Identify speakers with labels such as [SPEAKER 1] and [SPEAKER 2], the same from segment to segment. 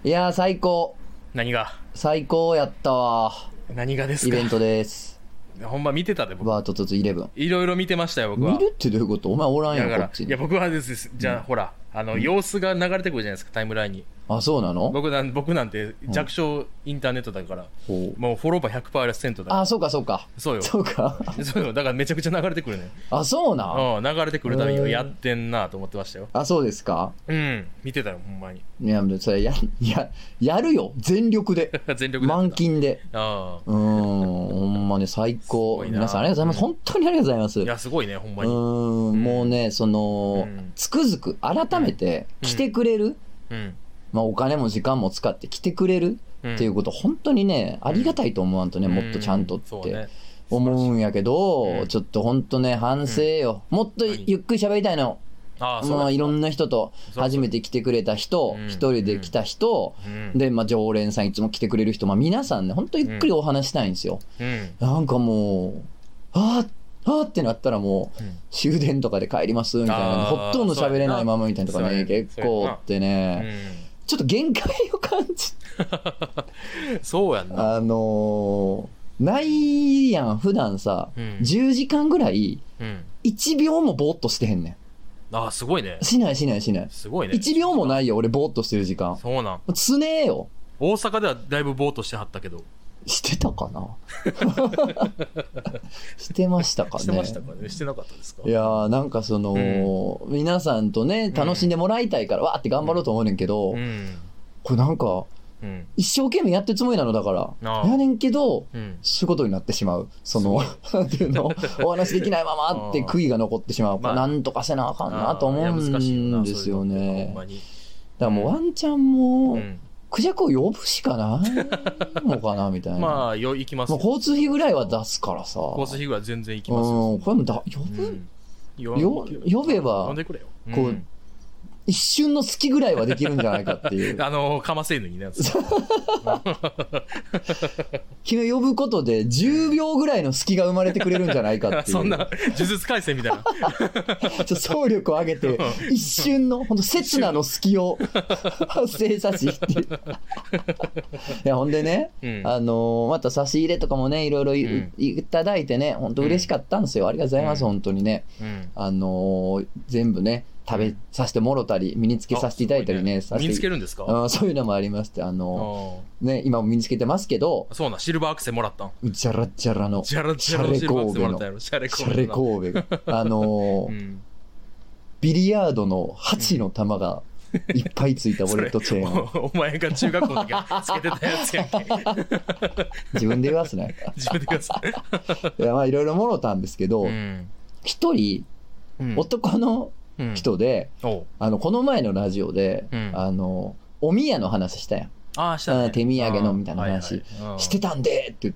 [SPEAKER 1] いやー最高。
[SPEAKER 2] 何が
[SPEAKER 1] 最高やったわ。
[SPEAKER 2] 何がですか？
[SPEAKER 1] イベントです。
[SPEAKER 2] ほんま見てたで僕。
[SPEAKER 1] バートツツ11。
[SPEAKER 2] いろいろ見てましたよ僕は。
[SPEAKER 1] 見るってどういうこと？お前おらんやん
[SPEAKER 2] だから
[SPEAKER 1] こっちに。
[SPEAKER 2] いや僕はですじゃあ、ほら様子が流れてくるじゃないですかタイムラインに。
[SPEAKER 1] あ、そうなの？
[SPEAKER 2] 僕なんて弱小インターネットだから、もうフォローバー 100% だ。
[SPEAKER 1] あ、そうかそうか。
[SPEAKER 2] そうよ。
[SPEAKER 1] そうか。
[SPEAKER 2] そうよ。だからめちゃくちゃ流れてくるね。
[SPEAKER 1] あ、そうな。
[SPEAKER 2] 流れてくるたびにやってんなと思ってましたよ。
[SPEAKER 1] あ、そうですか。
[SPEAKER 2] 見てたよほんまに。
[SPEAKER 1] いやそれやるよ全力で。
[SPEAKER 2] 全力で
[SPEAKER 1] 満勤で。ほんまね最高。皆さんありがとうございます。本当にありがとうございます。
[SPEAKER 2] いやすごいねほんまに。
[SPEAKER 1] もうねつくづく改めて来てくれる。まあお金も時間も使って来てくれるっていうこと本当にねありがたいと思わんとね、もっとちゃんとって思うんやけど、ちょっと本当ね反省よ。もっとゆっくり喋りたいの。まあいろんな人と初めて来てくれた人、一人で来た人で、まあ常連さんいつも来てくれる人、まあ皆さんね本当ゆっくりお話したいんですよ。なんかもうあーってなったらもう終電とかで帰りますみたいな、ほとんど喋れないままみたいなとかね結構ってね、ちょっと限界を感じ
[SPEAKER 2] そうやんな。
[SPEAKER 1] ないやん普段さ、10時間ぐらい1秒もぼーっとしてへんねん。
[SPEAKER 2] あ、すごいね。
[SPEAKER 1] しないすごいね。1秒もないよ俺ぼーっとしてる時間。
[SPEAKER 2] そうなん
[SPEAKER 1] つねえよ。
[SPEAKER 2] 大阪ではだいぶぼーっとしてはったけど
[SPEAKER 1] してたかなしてましたかね。
[SPEAKER 2] してましたかね。してなかったですか？
[SPEAKER 1] いやーなんか皆さんとね楽しんでもらいたいからわーって頑張ろうと思うねんけど、これなんか一生懸命やってるつもりなのだからやねんけど、そういうことになってしまう。なんていうのお話できないままって悔いが残ってしまう。なんとかせなあかんなと思うんですよね。だからもうワンチャンもクジャクを呼ぶしかないのかなみたいな。
[SPEAKER 2] まあ行きますよ。
[SPEAKER 1] 交通費ぐらいは出すからさ。
[SPEAKER 2] 交通費ぐらい全然行きますよ。
[SPEAKER 1] これも呼べば
[SPEAKER 2] 呼んでくれよ。
[SPEAKER 1] こう一瞬の隙ぐらいはできるんじゃないかっていう。
[SPEAKER 2] かませぬにね。
[SPEAKER 1] 君呼ぶことで10秒ぐらいの隙が生まれてくれるんじゃないかっていう。
[SPEAKER 2] そんな呪術廻戦みたいな。
[SPEAKER 1] 総力を上げて一瞬の本当刹那の隙を発生させて。いやほんでね、また差し入れとかもねいろいろいただいてね本当嬉しかったんですよ。ありがとうございます本当にね。全部ね。食べさせてもろたり身につけさせていただいたりね。
[SPEAKER 2] 身につけるんですか？
[SPEAKER 1] そういうのもありましてね今も身につけてますけど。
[SPEAKER 2] そうなシルバーアクセもらったん？
[SPEAKER 1] ジャラジャラの
[SPEAKER 2] シャレ神戸のシャレ
[SPEAKER 1] 神戸がビリヤードの8の玉がいっぱいついたウォレットチェーン。
[SPEAKER 2] お前が中学校の時つけてたやつやんけ。
[SPEAKER 1] 自分で言わすね。
[SPEAKER 2] 自分で言わす。
[SPEAKER 1] いやまあいろいろもろたんですけど、一人男の人で、この前のラジオで、お宮の話したやん。手土産のみたいな話してたんでって言って、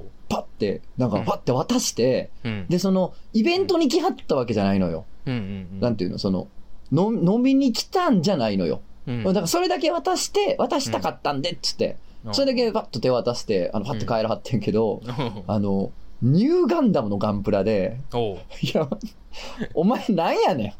[SPEAKER 1] パッてなんかパッて渡して、でイベントに来はったわけじゃないのよ。なんていうの飲みに来たんじゃないのよ。だからそれだけ渡したかったんでっつって、それだけパッと手渡してパッて帰らはってんけど、ニューガンダムのガンプラで、いや、お前なんやねん。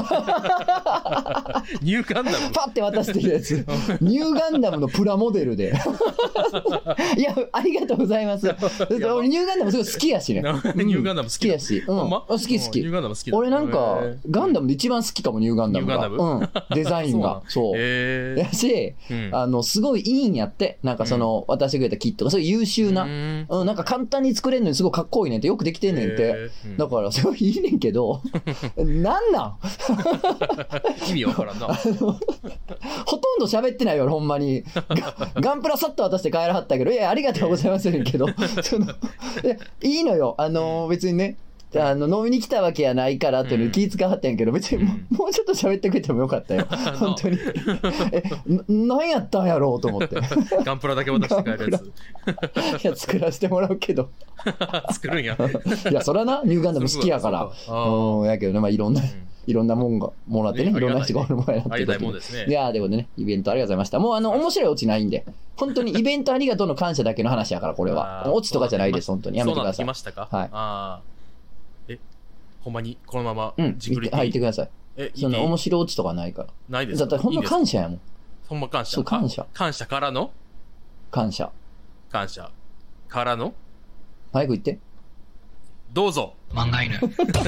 [SPEAKER 2] ニューガンダム
[SPEAKER 1] パッて渡してるやつ。ニューガンダムのプラモデルで。いや、ありがとうございます。俺ニューガンダムすごい好きやしね。
[SPEAKER 2] ニューガンダム好き
[SPEAKER 1] やし。好き。ニュ
[SPEAKER 2] ーガンダム好き。
[SPEAKER 1] 俺なんか、ガンダムで一番好きかも、ニューガンダムが。デザインが。そう。やし、すごいいいんやって。なんか渡してくれたキットが、すごい優秀な。なんか簡単に作れるのにすごいかっこいいねんって、よくできてんねんって。だから、すごいいいねんけど、なんなん
[SPEAKER 2] 意味わからんな。
[SPEAKER 1] ほとんど喋ってないよほんまに。ガンプラさっと渡して帰らはったけど、いやありがとうございますけどいいのよ別にね飲みに来たわけやないからっていうの気遣はったんやけど、別にもうちょっと喋ってくれてもよかったよ本当に。何やったんやろうと思って。
[SPEAKER 2] ガンプラだけ渡して帰るやつ。
[SPEAKER 1] いや作らせてもらうけど。
[SPEAKER 2] 作るんや。
[SPEAKER 1] いやそらなニューガンダム好きやから。やけどね、まあいろんなもんがもらってね、いろんな人がおるもんやなって。
[SPEAKER 2] ありがたいもんですね。
[SPEAKER 1] いやでもね、イベントありがとうございました。もう面白いオチないんで、本当にイベントありがとうの感謝だけの話やから、これは。オチとかじゃないです、本当に。やめてください。
[SPEAKER 2] そうなってきましたか？
[SPEAKER 1] はい。
[SPEAKER 2] ほんまにこのまま
[SPEAKER 1] じっくり。はい、言ってください。面白オチとかないから。
[SPEAKER 2] ないです。
[SPEAKER 1] だってほんま感謝やもん。
[SPEAKER 2] ほんま感謝。
[SPEAKER 1] そう感謝。
[SPEAKER 2] 感謝からの
[SPEAKER 1] 感謝。
[SPEAKER 2] 感謝からの
[SPEAKER 1] 早く言って。
[SPEAKER 2] どうぞ。漫画犬。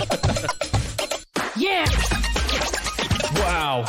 [SPEAKER 3] Yeah! Wow!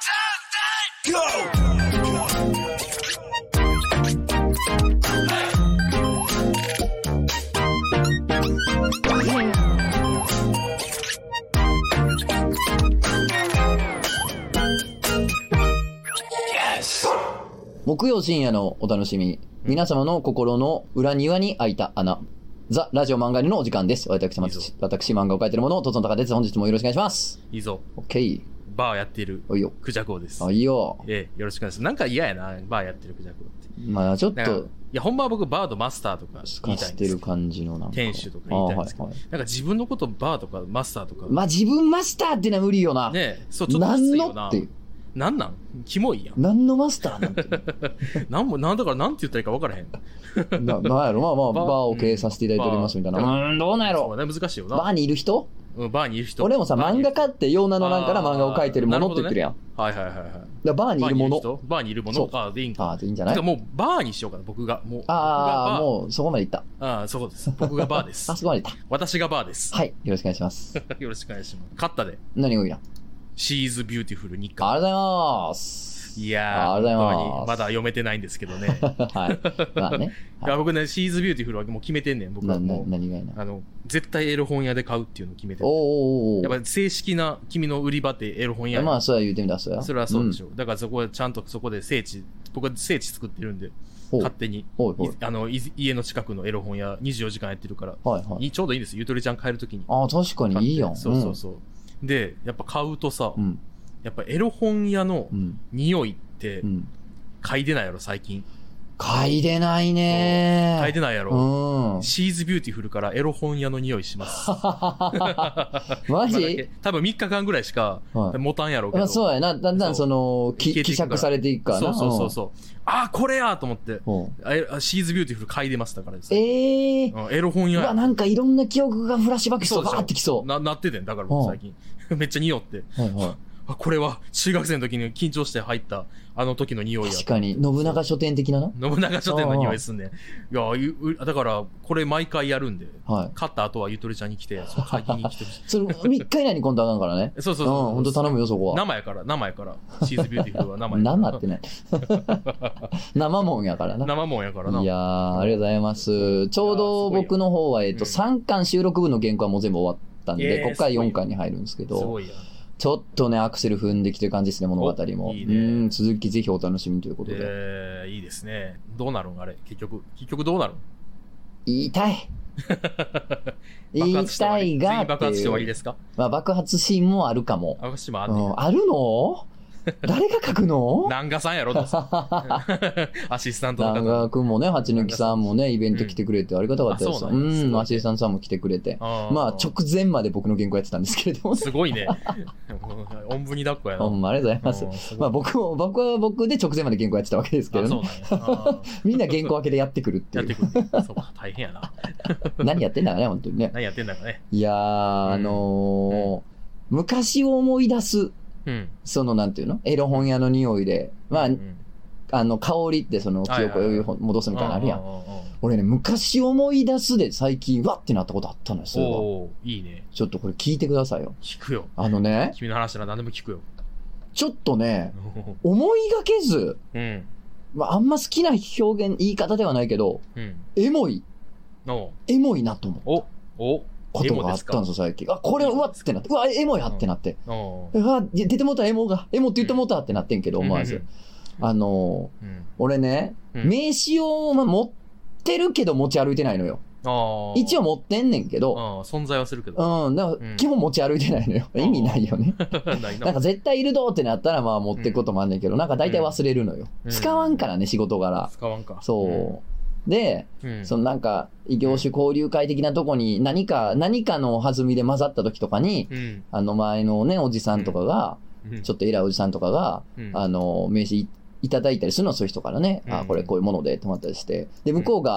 [SPEAKER 1] Yes! 木曜深夜のお楽しみ。皆様の心の裏庭に開いた穴。ザ・ラジオ漫画犬のお時間です。私漫画を描いている者、とつのたかです。本日もよろしくお願いします。
[SPEAKER 2] いいぞ。
[SPEAKER 1] オッケー。
[SPEAKER 2] バーやっている
[SPEAKER 1] おいよ。
[SPEAKER 2] クジャコウです。
[SPEAKER 1] あ、いいよ。
[SPEAKER 2] よろしくお願いします。なんか嫌やな、バーやってるクジャコウって。
[SPEAKER 1] まあちょっと。い
[SPEAKER 2] や、ほんまは僕バーとマスターとか言いたいんです。
[SPEAKER 1] してる感じのなんか。
[SPEAKER 2] 店主とか言いたいんですけど、なんか自分のことバーとかマスターとか。
[SPEAKER 1] まあ自分マスターってのは無理よな。
[SPEAKER 2] ねそう、ちょっときついよな。
[SPEAKER 1] なんのっていう。
[SPEAKER 2] なんキモいやん。
[SPEAKER 1] なんのマスターなんて。
[SPEAKER 2] なんだからなんて言ったらいいか分からへん。
[SPEAKER 1] なんやろまあバーを経営させていただいておりますみたいな。どうなんやろ
[SPEAKER 2] そうね、難しいよな。
[SPEAKER 1] バーにいる人
[SPEAKER 2] バーにいる人。
[SPEAKER 1] 俺もさ、漫画家ってよう名のなんかな漫画を描いてるものって言ってるやん。
[SPEAKER 2] はいはいはいはい。
[SPEAKER 1] バーにいるもの。
[SPEAKER 2] バーにいるもの。あ、でいいんか。
[SPEAKER 1] あ、でいいんじゃない？
[SPEAKER 2] もうバーにしようかな、僕が。も
[SPEAKER 1] うそこまで行った。
[SPEAKER 2] そこです。僕がバーです。
[SPEAKER 1] あそこまで行った。
[SPEAKER 2] 私がバーです。
[SPEAKER 1] はい、よろしくお願いします。
[SPEAKER 2] よろしくお願いします。勝ったで。
[SPEAKER 1] 何がいいやん。
[SPEAKER 2] シーズビューティフル日刊。
[SPEAKER 1] ありがとうございます。
[SPEAKER 2] いやー、本当にまだ読めてないんですけどね。
[SPEAKER 1] はい。まあね。
[SPEAKER 2] いや僕ね、シーズビューティフルはもう決めてんねん、僕はもう。
[SPEAKER 1] 何がいいな。
[SPEAKER 2] 絶対エロ本屋で買うっていうのを決めてる。やっぱり正式な君の売り場ってエロ本屋。
[SPEAKER 1] まあ、それは言うてみたらそうや。
[SPEAKER 2] それはそうでしょ。だからそこはちゃんとそこで僕は聖地作ってるんで、勝手に。家の近くのエロ本屋24時間やってるから、ちょうどいいんですよ。ゆとりちゃん帰るときに。
[SPEAKER 1] ああ、確かにいいやん。
[SPEAKER 2] そうそうそう。で、やっぱ買うとさ、やっぱエロ本屋の匂いって、嗅いでないやろ、最近。
[SPEAKER 1] 嗅いでないね
[SPEAKER 2] 嗅いでないやろ。シーズビューティフルからエロ本屋の匂いします。
[SPEAKER 1] マジ？
[SPEAKER 2] 多分3日間ぐらいしか持たんやろうけど。
[SPEAKER 1] そうやな。だんだん希釈されていくからな。
[SPEAKER 2] そう。あ、これやと思って。シーズビューティフル嗅いでましたからです。エロ本屋。
[SPEAKER 1] うわ、なんかいろんな記憶がフラッシュバックしてバーってきそう。
[SPEAKER 2] なっててん。だから僕最近。めっちゃ匂って。これは中学生の時に緊張して入ったあの時の匂いや。
[SPEAKER 1] 確かに信長書店的なな。
[SPEAKER 2] 信長書店の匂いすんね。いやだからこれ毎回やるんで、買った後はゆとりちゃんに来て買いに来てほしい。
[SPEAKER 1] それ3日以内に今度あかんからね。
[SPEAKER 2] そう
[SPEAKER 1] 本当頼むよそこは。
[SPEAKER 2] 生やからシーズビューティフルは生やから。
[SPEAKER 1] 生ってね。生もんやからな。
[SPEAKER 2] 生もんやからな。
[SPEAKER 1] いやーありがとうございます。ちょうど僕の方は3巻収録分の原稿はもう全部終わったんで、ここから4巻に入るんですけど。すごいや。ちょっとね、アクセル踏んできてる感じですね、物語も。いいね、続きぜひお楽しみということで。
[SPEAKER 2] いいですね。どうなるんあれ結局どうなるん
[SPEAKER 1] 言いたい。言いたいが。
[SPEAKER 2] 爆発して終わりですか？
[SPEAKER 1] まあ、爆発シーンもあるかも。
[SPEAKER 2] 爆発シーンもあるね。
[SPEAKER 1] あるの？誰が書くの？
[SPEAKER 2] 南賀さんやろと。アシスタントの方。
[SPEAKER 1] 南賀くんもね、八抜さんもね、イベント来てくれてありがたかったです。アシスタントさんも来てくれて。まあ、直前まで僕の原稿やってたんですけれども。
[SPEAKER 2] すごいね。おんぶに抱っこやな。
[SPEAKER 1] ほんまありがとうございます。まあ僕は僕で直前まで原稿やってたわけですけどね。みんな原稿分けでやってくるっていう。
[SPEAKER 2] やってくる。そうか、大変やな。
[SPEAKER 1] 何やってんだかね、本当にね。
[SPEAKER 2] 何やってんだかね。
[SPEAKER 1] いやー、昔を思い出す。なんていうのエロ本屋の匂いで。まあ、香りって記憶を戻すみたいなのあるやん。俺ね、昔思い出すで最近、わってなったことあったのよ、それは。
[SPEAKER 2] いいね。
[SPEAKER 1] ちょっとこれ聞いてくださいよ。
[SPEAKER 2] 聞くよ。君の話なら何でも聞くよ。
[SPEAKER 1] ちょっとね、思いがけず、まあ、あんま好きな表現、言い方ではないけど、エモいなと思った。ことがあったんですよ、最近。これはうわってなって、うわ、エモやってなって。うわ、出てもうたエモって言ってもうたってなってんけど、思わず。俺ね、名刺を持ってるけど持ち歩いてないのよ。一応持ってんねんけど。
[SPEAKER 2] 存在はするけど。
[SPEAKER 1] だから基本持ち歩いてないのよ。意味ないよね。なんか絶対いるどってなったらまあ持ってくこともあんねんけど、なんか大体忘れるのよ。使わんからね、仕事柄。
[SPEAKER 2] 使わんか。
[SPEAKER 1] そう。で、なんか、異業種交流会的なとこに何かの弾みで混ざった時とかに、前のね、おじさんとかが、ちょっと偉いおじさんとかが、名刺いただいたりするの、そういう人からね、これこういうもので、と思ったりして。で、向こうが、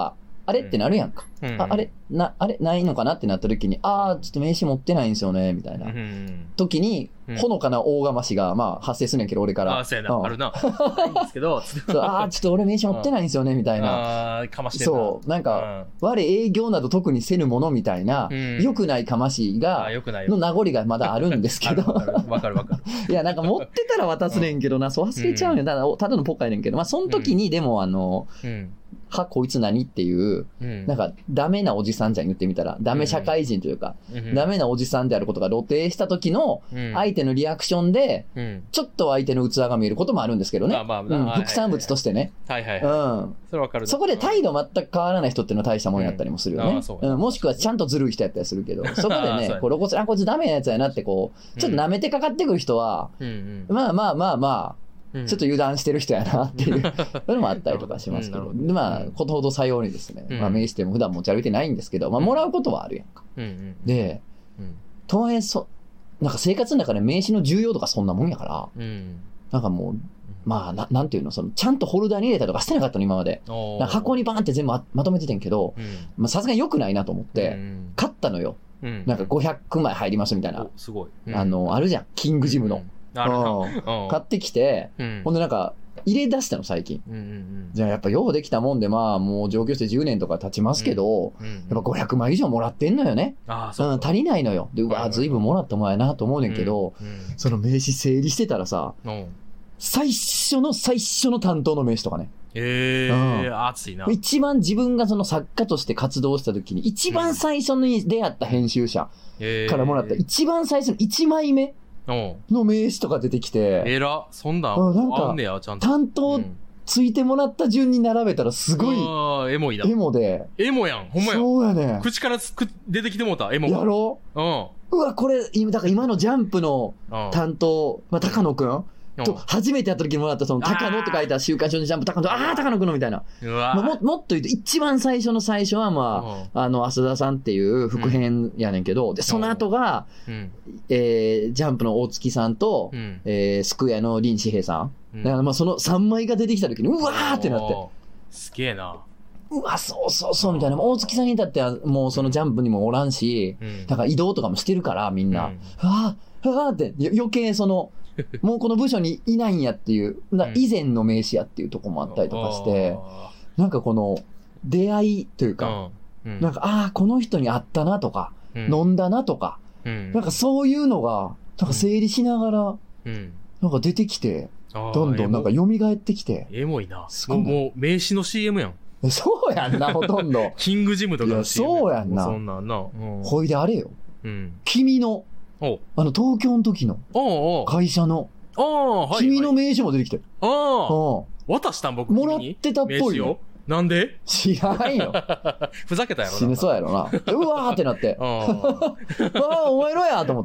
[SPEAKER 1] あれってなるやんか。あれないのかなってなった時に、ちょっと名刺持ってないんですよね、みたいな。時に、ほのかな大がましが、まあ、発生するんやけど、俺から。
[SPEAKER 2] そうやな。あるな。ないんですけど。
[SPEAKER 1] ちょっと俺名刺持ってないんですよね、みたいな。
[SPEAKER 2] かましてるな。
[SPEAKER 1] そう。なんか、我営業など特にせぬものみたいな、良くないかましが、の名残がまだあるんですけど。
[SPEAKER 2] わかる。
[SPEAKER 1] いや、なんか持ってたら渡すねんけどな、そう忘れちゃうよ。ただのポッカやねんけど、まあ、その時に、でもこいつ何っていう、なんか、ダメなおじさんじゃん言ってみたら、ダメ社会人というか、ダメなおじさんであることが露呈した時の、相手のリアクションで、ちょっと相手の器が見えることもあるんですけどね。副産物としてね。
[SPEAKER 2] それわかる。
[SPEAKER 1] そこで態度全く変わらない人っていうのは大したもんやったりもするよね。もしくはちゃんとずるい人やったりするけど、そこでね、こいつダメなやつやなってこう、ちょっと舐めてかかってくる人は、まあ、ちょっと油断してる人やなっていうのもあったりとかしますけど、まあ、ことほどさようにですね、まあ、名刺でも普段持ち歩いてないんですけど、まあ、もらうことはあるやんか。で、とはいえ、なんか生活の中で名刺の重要とかそんなもんやから、なんかもう、まあ、なんていうの、ちゃんとホルダーに入れたりとかしてなかったの、今まで。箱にバーンって全部まとめててんけど、さすがに良くないなと思って、買ったのよ。なんか500枚入りますみたいな。
[SPEAKER 2] すごい。
[SPEAKER 1] あるじゃん、キングジムの。買ってきて、ほんでなんか、入れ出したの最近。じゃあやっぱようできたもんで、まあもう上京して10年とか経ちますけど、やっぱ500枚以上もらってんのよね。足りないのよ。で、ずいぶんもらったもんやなと思うねんけど、その名刺整理してたらさ、最初の担当の名刺とかね。
[SPEAKER 2] 熱いな。
[SPEAKER 1] 一番自分がその作家として活動した時に、一番最初に出会った編集者からもらった一番最初の1枚目の名刺とか出てきて。
[SPEAKER 2] そんなんあんねや、ちゃんと。
[SPEAKER 1] 担当ついてもらった順に並べたらすごい。
[SPEAKER 2] エモいな。
[SPEAKER 1] エモで。
[SPEAKER 2] エモやん。ほんまや。
[SPEAKER 1] そうやね。
[SPEAKER 2] 口から出てきてもうた、エモが。
[SPEAKER 1] やろうわ、これ、だから今のジャンプの担当、高野くんと、初めてやった時にもらった、その、高野って書いた週刊少年ジャンプ、高野くんのみたいな。もっと言うと、一番最初の最初は、まあ、浅田さんっていう副編やねんけど、で、その後が、ジャンプの大月さんと、スクエアの林志平さん。だからまあ、その3枚が出てきた時に、うわーってなって。
[SPEAKER 2] すげえな。
[SPEAKER 1] うわ、そう、みたいな。大月さんに至っては、もうそのジャンプにもおらんし、だから移動とかもしてるから、みんな。わーって、余計もうこの部署にいないんやっていう、以前の名刺やっていうとこもあったりとかして、なんかこの出会いというか、なんか、この人に会ったなとか、飲んだなとか、なんかそういうのが、なんか整理しながら、なんか出てきて、どんどんなんか蘇ってきて。
[SPEAKER 2] エモいな。もう名刺の CM やん。
[SPEAKER 1] そうやんな、ほとんんど。
[SPEAKER 2] キングジムとかの CM。
[SPEAKER 1] そうやんな。
[SPEAKER 2] そんなんな。
[SPEAKER 1] ほいであれよ。君の、東京の時の会社の、君の名刺も出てきて。
[SPEAKER 2] 渡したん僕
[SPEAKER 1] もらってたっぽいよ。
[SPEAKER 2] なんで
[SPEAKER 1] 知らんよ。
[SPEAKER 2] ふざけたやろな。
[SPEAKER 1] 死ねそうやろな。うわーってなって。お前ろやと思って。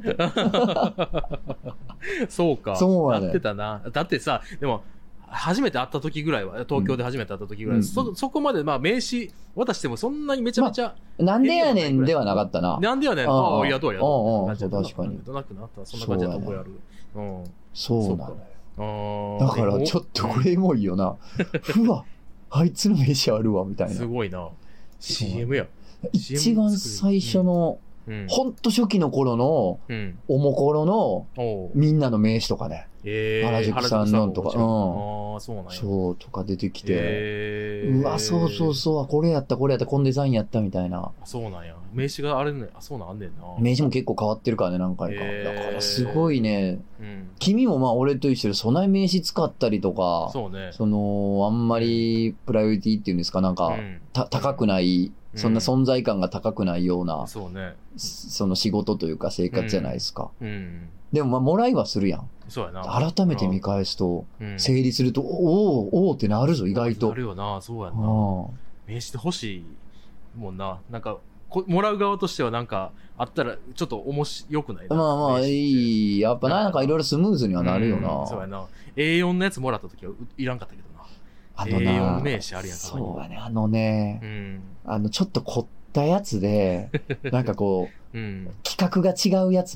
[SPEAKER 2] そうか。
[SPEAKER 1] そうやね。
[SPEAKER 2] やってたな。だってさ、でも、初めて会った時ぐらいは、東京で初めて会った時ぐらい、そこまでまあ名刺渡してもそんなにめちゃめちゃ、
[SPEAKER 1] なんでやねんではなかったな。
[SPEAKER 2] なんでやねん、いやどうや。
[SPEAKER 1] 確かに。
[SPEAKER 2] なくなった。そんな感じだった覚えある。
[SPEAKER 1] そうなのよ。だからちょっとこれエモいよな。うわ、あいつの名刺あるわ、みたいな。
[SPEAKER 2] すごいな。CM や。
[SPEAKER 1] 一番最初の、ほんと初期の頃の、おもころの、みんなの名刺とかね。原宿さんのとか、
[SPEAKER 2] そうなんや。
[SPEAKER 1] そうとか出てきて、うわ、そう、これやった、このデザインやったみたいな。
[SPEAKER 2] そうなんや。名刺があれね、そうなんあんねんな。
[SPEAKER 1] 名刺も結構変わってるからね、何回か。だからすごいね、君もまあ俺と一緒で、そない名刺使ったりとか、
[SPEAKER 2] そうね。
[SPEAKER 1] あんまりプライオリティっていうんですか、なんか、高くない、そんな存在感が高くないような、
[SPEAKER 2] そうね。
[SPEAKER 1] その仕事というか生活じゃないですか。でもまあ、もらいはするやん。
[SPEAKER 2] そうやな。
[SPEAKER 1] 改めて見返すと、整理すると、おーってなるぞ、意外と。
[SPEAKER 2] なるよな、そうやな。名刺で欲しいもんな。なんか、もらう側としてはなんか、あったら、ちょっと良くないな。
[SPEAKER 1] まあ、いい。やっぱなんかいろいろスムーズにはなるよな。
[SPEAKER 2] そうやな。A4 のやつもらった時はいらんかったけどな。A4 名刺あるやん、
[SPEAKER 1] そうやね。ちょっと凝ったやつで、なんかこう、企画が違うやつな。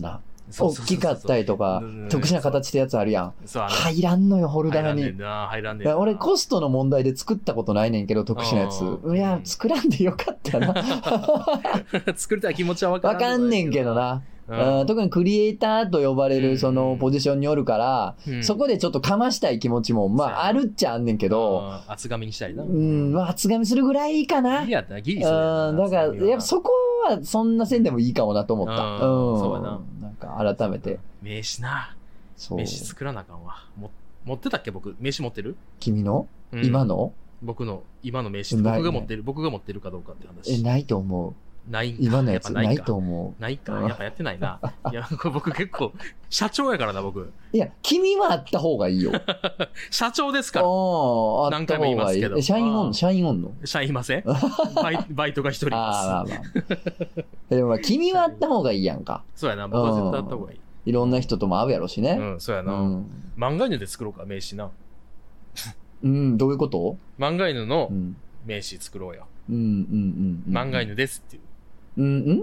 [SPEAKER 1] 大きかったりとか、特殊な形ってやつあるやん。入らんのよ、掘るために。
[SPEAKER 2] 入らんねんな。
[SPEAKER 1] 俺コストの問題で作ったことないねんけど、特殊なやつ。いや、作らんでよかったな。
[SPEAKER 2] 作りたい気持ちはわ
[SPEAKER 1] かんねんけどな。特にクリエイターと呼ばれるそのポジションにおるから、そこでちょっとかましたい気持ちも、まああるっちゃあんねんけど、
[SPEAKER 2] 厚紙にしたいな。
[SPEAKER 1] 厚紙するぐらいかな。
[SPEAKER 2] ギリやったな、ギリ
[SPEAKER 1] だから、やっぱそこはそんなせんでもいいかもなと思った。そうやな。なんか改めて。
[SPEAKER 2] 名刺な。名刺作らなあかんわ。持ってたっけ僕、名刺持ってる？
[SPEAKER 1] 君の？今の？
[SPEAKER 2] 僕の、今の名刺僕が持ってるかどうかって話。
[SPEAKER 1] ないと思う。
[SPEAKER 2] 今
[SPEAKER 1] のやつないと思う。
[SPEAKER 2] ないか。やっぱやってないな。いや、僕結構、社長やからな、僕。
[SPEAKER 1] いや、君はあった方がいいよ。
[SPEAKER 2] 社長ですから。何回も言いますけど。
[SPEAKER 1] 社員おんの？社員
[SPEAKER 2] いませんバイトが一人います。
[SPEAKER 1] でも君はあった方がいいやんか。
[SPEAKER 2] そうやな、僕は絶対あった方がいい。
[SPEAKER 1] いろんな人とも会うやろしね。
[SPEAKER 2] そうやな。漫画犬で作ろうか、名刺な。
[SPEAKER 1] どういうこと？
[SPEAKER 2] 漫画犬の名刺作ろうよ。漫画犬ですっていう。何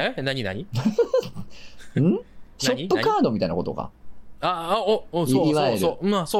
[SPEAKER 1] ショップカードみたいなことか。
[SPEAKER 2] そう
[SPEAKER 1] いわゆる。
[SPEAKER 2] そう。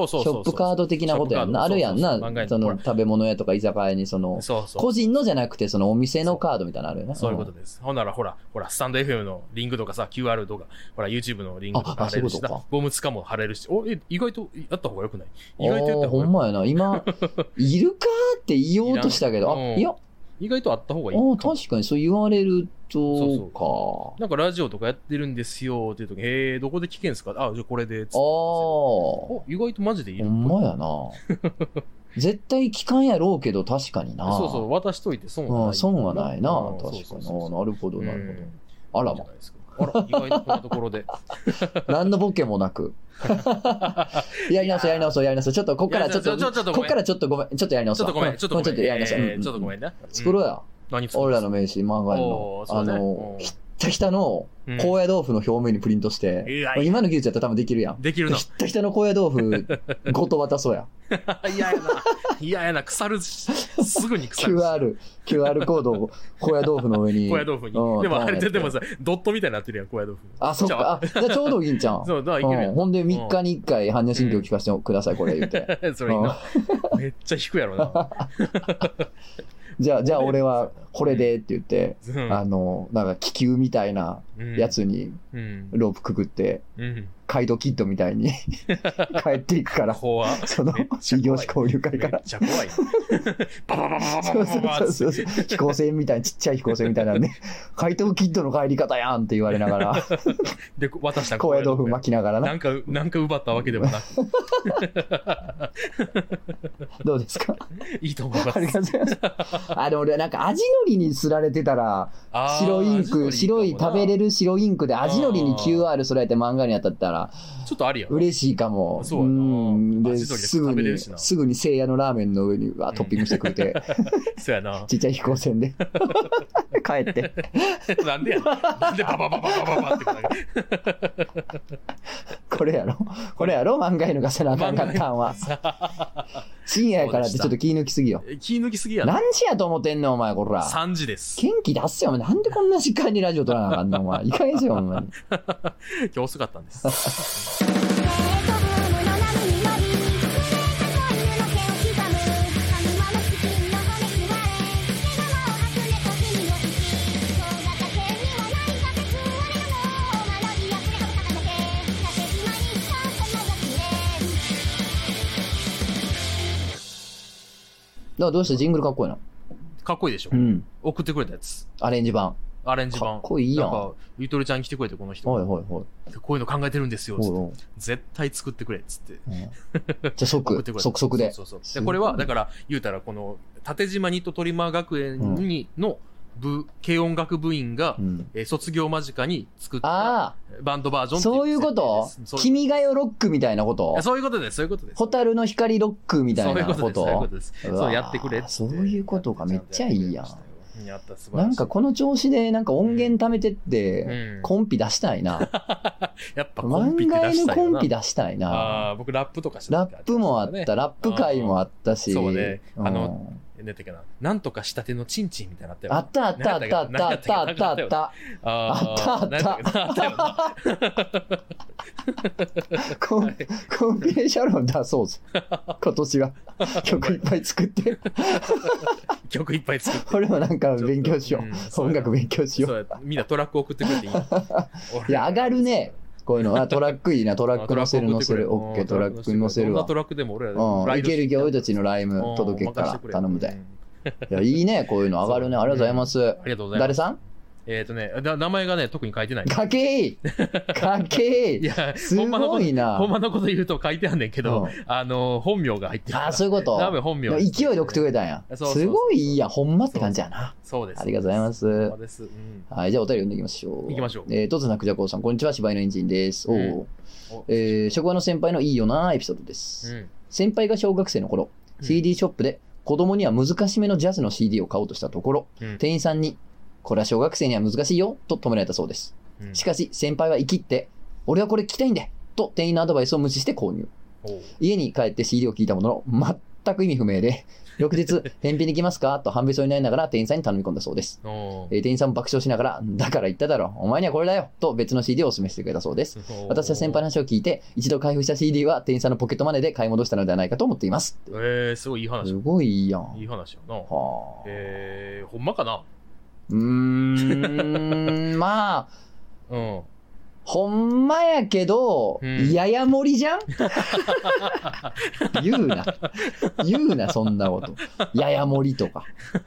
[SPEAKER 1] ショップカード的なことやんな。あるやんな。その食べ物屋とか居酒屋に個人のじゃなくてそのお店のカードみたいなのあるよな。
[SPEAKER 2] そういうことです。ほんならほら、スタンド FM のリンクとかさ、QR とか、ほら、YouTube のリンクとか貼れるし、ボムツカも貼れるし、意外とやった方がよくない？意外とやった方がよくない？
[SPEAKER 1] ほんまやな。今、いるかって言おうとしたけど、いや。
[SPEAKER 2] 意外とあった方がいい。
[SPEAKER 1] 確かにそう言われるとか。
[SPEAKER 2] なんかラジオとかやってるんですよっていう時に、どこで聞けんすか？じゃあこれで。意外とマジでいる。
[SPEAKER 1] ほんまやな。絶対聞かんやろうけど確かにな。
[SPEAKER 2] 渡しといて損
[SPEAKER 1] はないな。確かに。なるほど、なるほど。あらま。
[SPEAKER 2] 意外とこんなところで。
[SPEAKER 1] 何のボケもなく。やり直そう。ちょっと、こっからちょっとごめん。ちょっとやり直そう。
[SPEAKER 2] ちょっとごめん。
[SPEAKER 1] ちょっとやり直そう。
[SPEAKER 2] ちょっとごめんな。
[SPEAKER 1] 作ろうや。俺らの名刺、漫画の。ひったひたの高野豆腐の表面にプリントして、今の技術やったら多分できるやん。
[SPEAKER 2] できるの。
[SPEAKER 1] ひったひたの高野豆腐ごと渡そうや。
[SPEAKER 2] 嫌やな、腐るし、すぐに腐る。
[SPEAKER 1] QR コードを高野豆腐の上に。
[SPEAKER 2] 高野豆腐に。でもあれでもさ、ドットみたいになってるやん、高野豆腐。
[SPEAKER 1] そっか。じゃあちょうどいいんちゃん。
[SPEAKER 2] そう、だからいけるやん。
[SPEAKER 1] ほんで3日に1回般若心経聞かせてください、これ言って。
[SPEAKER 2] それいいな。めっちゃ引くやろな。
[SPEAKER 1] じゃあ俺はこれでって言って、なんか気球みたいなやつにロープくぐって、カイドキッドみたいに帰っていくから、その異業種交流会から。めっ
[SPEAKER 2] ちゃ怖い。バババババババ
[SPEAKER 1] そう飛行船みたいな、ちっちゃい飛行船みたいなんで、カイドキッドの帰り方やんって言われながら、
[SPEAKER 2] で、渡した
[SPEAKER 1] 高野豆腐巻きながらな。
[SPEAKER 2] なんか奪ったわけでもなく。
[SPEAKER 1] どうですか？
[SPEAKER 2] いいと思います。
[SPEAKER 1] ありがとうございます。でも俺なんか味のりにすられてたら、白い食べれる白インクで味のりに QR すられて漫画に当たったら、
[SPEAKER 2] ちょっとありやん。
[SPEAKER 1] 嬉しいかも。ですぐに聖夜のラーメンの上にトッピングしてくれて、
[SPEAKER 2] そうやな。
[SPEAKER 1] ちっちゃい飛行船で帰って。
[SPEAKER 2] なんでやなんでババババババって
[SPEAKER 1] これやろ漫画犬がせなあかんかったんは。深夜やからってちょっと気抜きすぎよ。
[SPEAKER 2] 気抜きすぎやな。
[SPEAKER 1] 何時やと思ってんのお前こら。
[SPEAKER 2] 3時です。
[SPEAKER 1] 元気出すよお前。なんでこんな時間にラジオ撮らなあかんのお前。いかへんすよお前。今
[SPEAKER 2] 日遅かったんです。
[SPEAKER 1] どうしてジングルかっこいいな。
[SPEAKER 2] かっこいいでしょ。送ってくれたやつ。
[SPEAKER 1] アレンジ版。
[SPEAKER 2] か
[SPEAKER 1] っこいいやん。
[SPEAKER 2] なんか、ゆとりちゃん来てくれて、この人。こういうの考えてるんですよ。絶対作ってくれ、つって。
[SPEAKER 1] じゃあ即で。
[SPEAKER 2] で、これは、だから、言うたら、この、縦島ニットトリマー学園にの、軽音楽部員が、卒業間近に作ったバンドバージョン。
[SPEAKER 1] そういうこと？君が代ロックみたいなこと？
[SPEAKER 2] そういうことです。
[SPEAKER 1] 蛍の光ロックみたいなこと？
[SPEAKER 2] そういうことです。そうやってくれ。
[SPEAKER 1] そういうことか。めっちゃいいやん。なんかこの調子でなんか音源貯めてってコンピ出したいな。
[SPEAKER 2] やっぱコンピって出したいな。
[SPEAKER 1] 漫画のコンピ出したいな。
[SPEAKER 2] 僕ラップとかして
[SPEAKER 1] ラップもあった。ラップ会もあったし。
[SPEAKER 2] そうね。 なんていうかな、なんとかしたてのチンチンみたいなのあったよ。
[SPEAKER 1] あったあったあったあったあったあったあった。あったあった。コンピレーション出そうぜ。今年は。曲いっぱい作って。
[SPEAKER 2] 曲いっぱい作って。
[SPEAKER 1] 俺もなんか勉強しよう。音楽勉強しよう。
[SPEAKER 2] みんなトラック送ってくれていい？
[SPEAKER 1] いや、上がるね。こういうのはトラックいいな、トラック乗せる。オッケー、トラックに乗せるわ。
[SPEAKER 2] どんなトラックでも俺
[SPEAKER 1] らいけるけど俺たちのライム届けっから頼むで。いや、いいね、こういうの上がるね。ありがとうございます。
[SPEAKER 2] ありがとうございます。
[SPEAKER 1] 誰さん？
[SPEAKER 2] 名前がね、特に書いてない。
[SPEAKER 1] 書けいいや、すごいな。
[SPEAKER 2] ほんまのこと言うと書いてあんねんけど、本名が入ってる。
[SPEAKER 1] あ、そういうこと。
[SPEAKER 2] 多分本名。
[SPEAKER 1] 勢いで送ってくれたんや。すごいいいやん。ほんまって感じやな。
[SPEAKER 2] そうです。
[SPEAKER 1] ありがとうございます。はい、じゃあお便り読んでいきましょう。
[SPEAKER 2] 行きましょう。
[SPEAKER 1] とつなくじゃこうさん、こんにちは、柴犬エンジンです。職場の先輩のいいよなエピソードです。先輩が小学生の頃、CD ショップで子供には難しめのジャズの CD を買おうとしたところ、店員さんに、これは小学生には難しいよと止められたそうです。しかし先輩は生きって、俺はこれ聞きたいんだと店員のアドバイスを無視して購入。家に帰って CD を聞いたものの全く意味不明で、翌日返品できますかと半べそになりながら店員さんに頼み込んだそうです。店員さんも爆笑しながら、だから言っただろ、お前にはこれだよと別の CD をお勧めしてくれたそうです。私は先輩の話を聞いて、一度開封した CD は店員さんのポケットマネーで買い戻したのではないかと思っています。
[SPEAKER 2] すごいいい話。
[SPEAKER 1] すごいいいやん。
[SPEAKER 2] いい話やな。ほんまかな？
[SPEAKER 1] まあ、ほんまやけど、やや盛りじゃん言うな、そんなこと。やや盛りとか。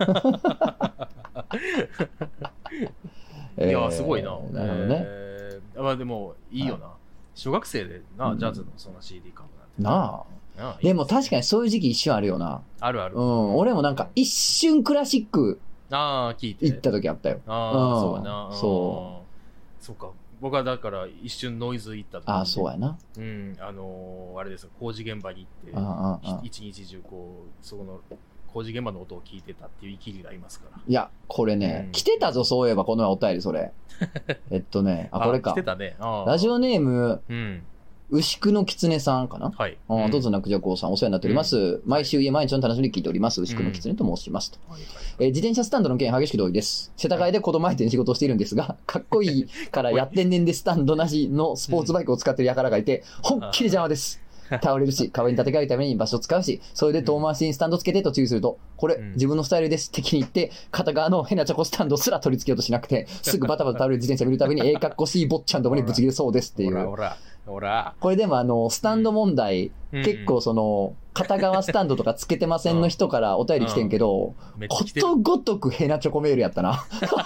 [SPEAKER 2] いや、すごいな。
[SPEAKER 1] なるほどね。
[SPEAKER 2] まあでも、いいよな。小学生でな、ジャズのその CD 買う
[SPEAKER 1] なんて。なあ。でも確かにそういう時期一瞬あるよな。
[SPEAKER 2] あるある。
[SPEAKER 1] 俺もなんか一瞬クラシック、
[SPEAKER 2] 聞いて。
[SPEAKER 1] 行った時あったよ。
[SPEAKER 2] そうやな。
[SPEAKER 1] そう
[SPEAKER 2] か。僕はだから一瞬ノイズ行った時。
[SPEAKER 1] そうやな。
[SPEAKER 2] あれですよ、工事現場に行って、一日中そこの工事現場の音を聞いてたっていう生きりがいますから。
[SPEAKER 1] いや、これね、来てたぞ、そういえば、このお便り、それ。これか。
[SPEAKER 2] 来てたね。
[SPEAKER 1] ラジオネーム、牛久の狐さんかな。
[SPEAKER 2] はい。
[SPEAKER 1] どうぞなくじゃこうさん、お世話になっております。毎週毎日の楽しみに聞いております。牛久の狐と申しますと。自転車スタンドの件激しく同意です。世田谷で子供相手に仕事をしているんですが、かっこいいからやってんねんでスタンドなしのスポーツバイクを使ってる輩がいて、本気で邪魔です。倒れるし、壁に立て替えるために場所を使うし、それで遠回しにスタンドつけてと注意すると、これ、自分のスタイルです的に言って、片側の変なチョコスタンドすら取り付けようとしなくて、すぐバタバタ倒れる自転車見るたびに、かっこしい坊ちゃんどもにぶち切れそうですっていう。これでもスタンド問題、結構その、片側スタンドとかつけてませんの人からお便り来てんけど、ことごとくヘナチョコメールやったな。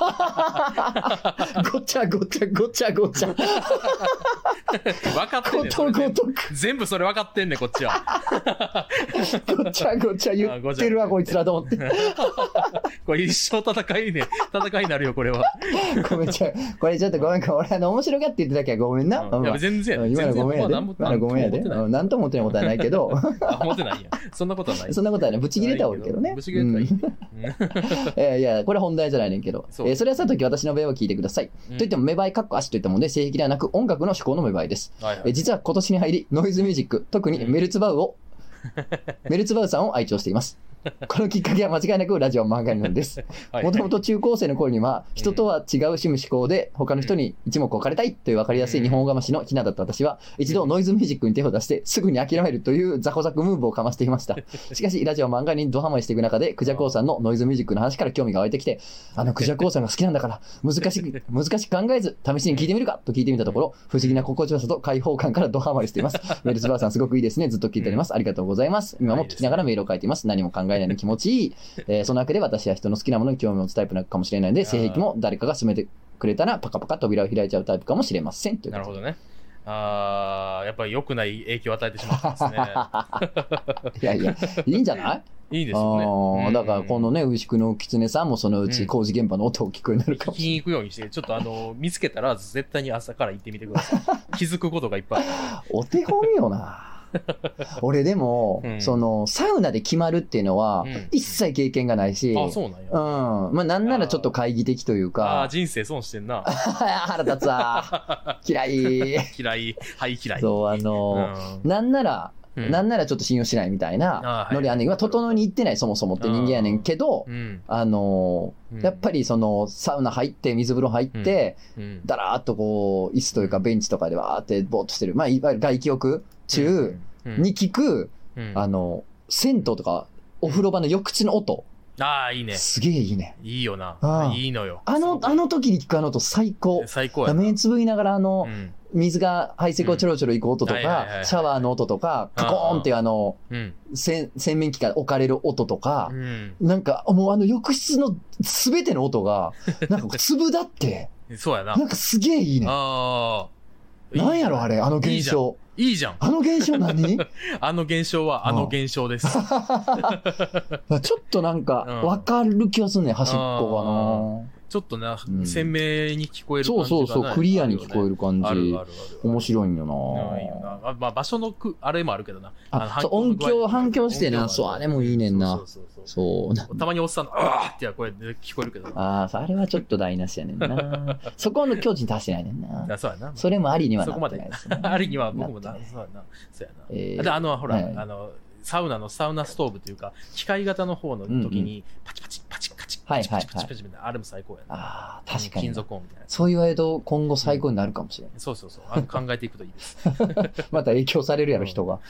[SPEAKER 1] ごちゃごちゃごちゃごちゃ。
[SPEAKER 2] 分かってんねん。
[SPEAKER 1] ことごとく。
[SPEAKER 2] 全部それ分かってんねん、こっちは。
[SPEAKER 1] ごちゃごちゃ言ってるわ、こいつらと思って。
[SPEAKER 2] これ一生戦いになるよ、これは。
[SPEAKER 1] ごめん、これちょっとごめん、俺面白がって言ってたけどごめんな。
[SPEAKER 2] いや、全然。
[SPEAKER 1] 今のごめんやで。今のごめんやで。なんとも思ってないことはないけど。
[SPEAKER 2] 思ってないや。そんなことはない。
[SPEAKER 1] そんなことはね、ぶち切れたわけどね。
[SPEAKER 2] ぶち切れた
[SPEAKER 1] いや、これ本題じゃないねんけど。それはさとき私の芽生えを聞いてください。といっても芽生えかっこ足といったもので性癖ではなく音楽の趣向の芽生えです。実は今年に入りノイズミュージック、特にメルツバウさんを愛聴しています。このきっかけは間違いなくラジオ漫画なんです。もともと中高生の頃には人とは違う趣味思考で他の人に一目置かれたいという分かりやすい日本語魂のひなだった私は一度ノイズミュージックに手を出してすぐに諦めるというザコザクムーブをかましていました。しかしラジオ漫画にドハマりしていく中でクジャコウさんのノイズミュージックの話から興味が湧いてきて、クジャコウさんが好きなんだから難しく考えず試しに聞いてみるかと聞いてみたところ、不思議な心地よさと開放感からドハマりしています。メルツバーさんすごくいいですね。ずっと聞いております。ありがとうございます。今も聞きながらメールを書いています。何も考えないの気持ちいい。そのわけで私は人の好きなものに興味を持つタイプなのかもしれないので、性癖も誰かが勧めてくれたらパカパカ扉を開いちゃうタイプかもしれません。
[SPEAKER 2] なるほどね。やっぱり良くない影響を与えてしまったんですね。
[SPEAKER 1] いやいや、いいんじゃない？
[SPEAKER 2] いいですよね。
[SPEAKER 1] だからこのね、牛久の狐さんもそのうち工事現場の音を聞くようになるかもしれない。
[SPEAKER 2] 聞きに行くようにして、ちょっと見つけたら絶対に朝から行ってみてください。気づくことがいっぱいある。
[SPEAKER 1] お手本よな。俺でも、そのサウナで決まるっていうのは、一切経験がないし、
[SPEAKER 2] そうなんや。
[SPEAKER 1] まあなんならちょっと懐疑的というか、
[SPEAKER 2] 人生損してんな。
[SPEAKER 1] 腹立つわ。嫌い。
[SPEAKER 2] はい、嫌い。
[SPEAKER 1] そう、なんならなんならちょっと信用しないみたいなノリあんねんけど、整いに行ってないそもそもって人間やねんけど、やっぱりそのサウナ入って水風呂入って、だらーっとこう椅子というかベンチとかでわーってぼーっとしてる、まあいわゆる外気浴中に聞く、銭湯とかお風呂場の浴池の音。
[SPEAKER 2] ああ、いいね。
[SPEAKER 1] すげえいいね。
[SPEAKER 2] いいよな。いいのよ。
[SPEAKER 1] あの時に聞くあの音最高。
[SPEAKER 2] 最高や。
[SPEAKER 1] 目つぶりながら水が排水口ちょろちょろ行く音とか、シャワーの音とか、カコーンっていう洗面器が置かれる音とか、なんかもう浴室のすべての音が、なんか粒だって、
[SPEAKER 2] そうやな。
[SPEAKER 1] なんかすげえいいね。なんやろあれ、あの現象。
[SPEAKER 2] いいじゃん。
[SPEAKER 1] あの現象何
[SPEAKER 2] あの現象はあの現象です。ちょ
[SPEAKER 1] っとなんか、わかる気がすんね、端っこがな。
[SPEAKER 2] ちょっとな、鮮明に聞こえる感じが
[SPEAKER 1] そう、クリアに聞こえる感じ。面白いんよ
[SPEAKER 2] な。いいよな。まあ場所のあれもあるけどな。
[SPEAKER 1] 反響してな、そう、あれもいいねんな。そう。
[SPEAKER 2] たまにおっさんの、あーってや声で聞こえるけど。
[SPEAKER 1] ああ、あれはちょっと台無しやねんな。そこの境地に達してないねんな。
[SPEAKER 2] そうやな。
[SPEAKER 1] それもありにはなってないですね。
[SPEAKER 2] ありには僕もな、そうやな。そうやな。で、ほら、サウナストーブというか、機械型の方の時に、パチパチ、パチパチ、パチパチ、パチパチみたいな、あれも最高やな。
[SPEAKER 1] ああ、確かに。
[SPEAKER 2] 金属音みたいな。
[SPEAKER 1] そう言われると、今後最高になるかもしれない。
[SPEAKER 2] そう。考えていくといいです。
[SPEAKER 1] また影響されるやろ、人が。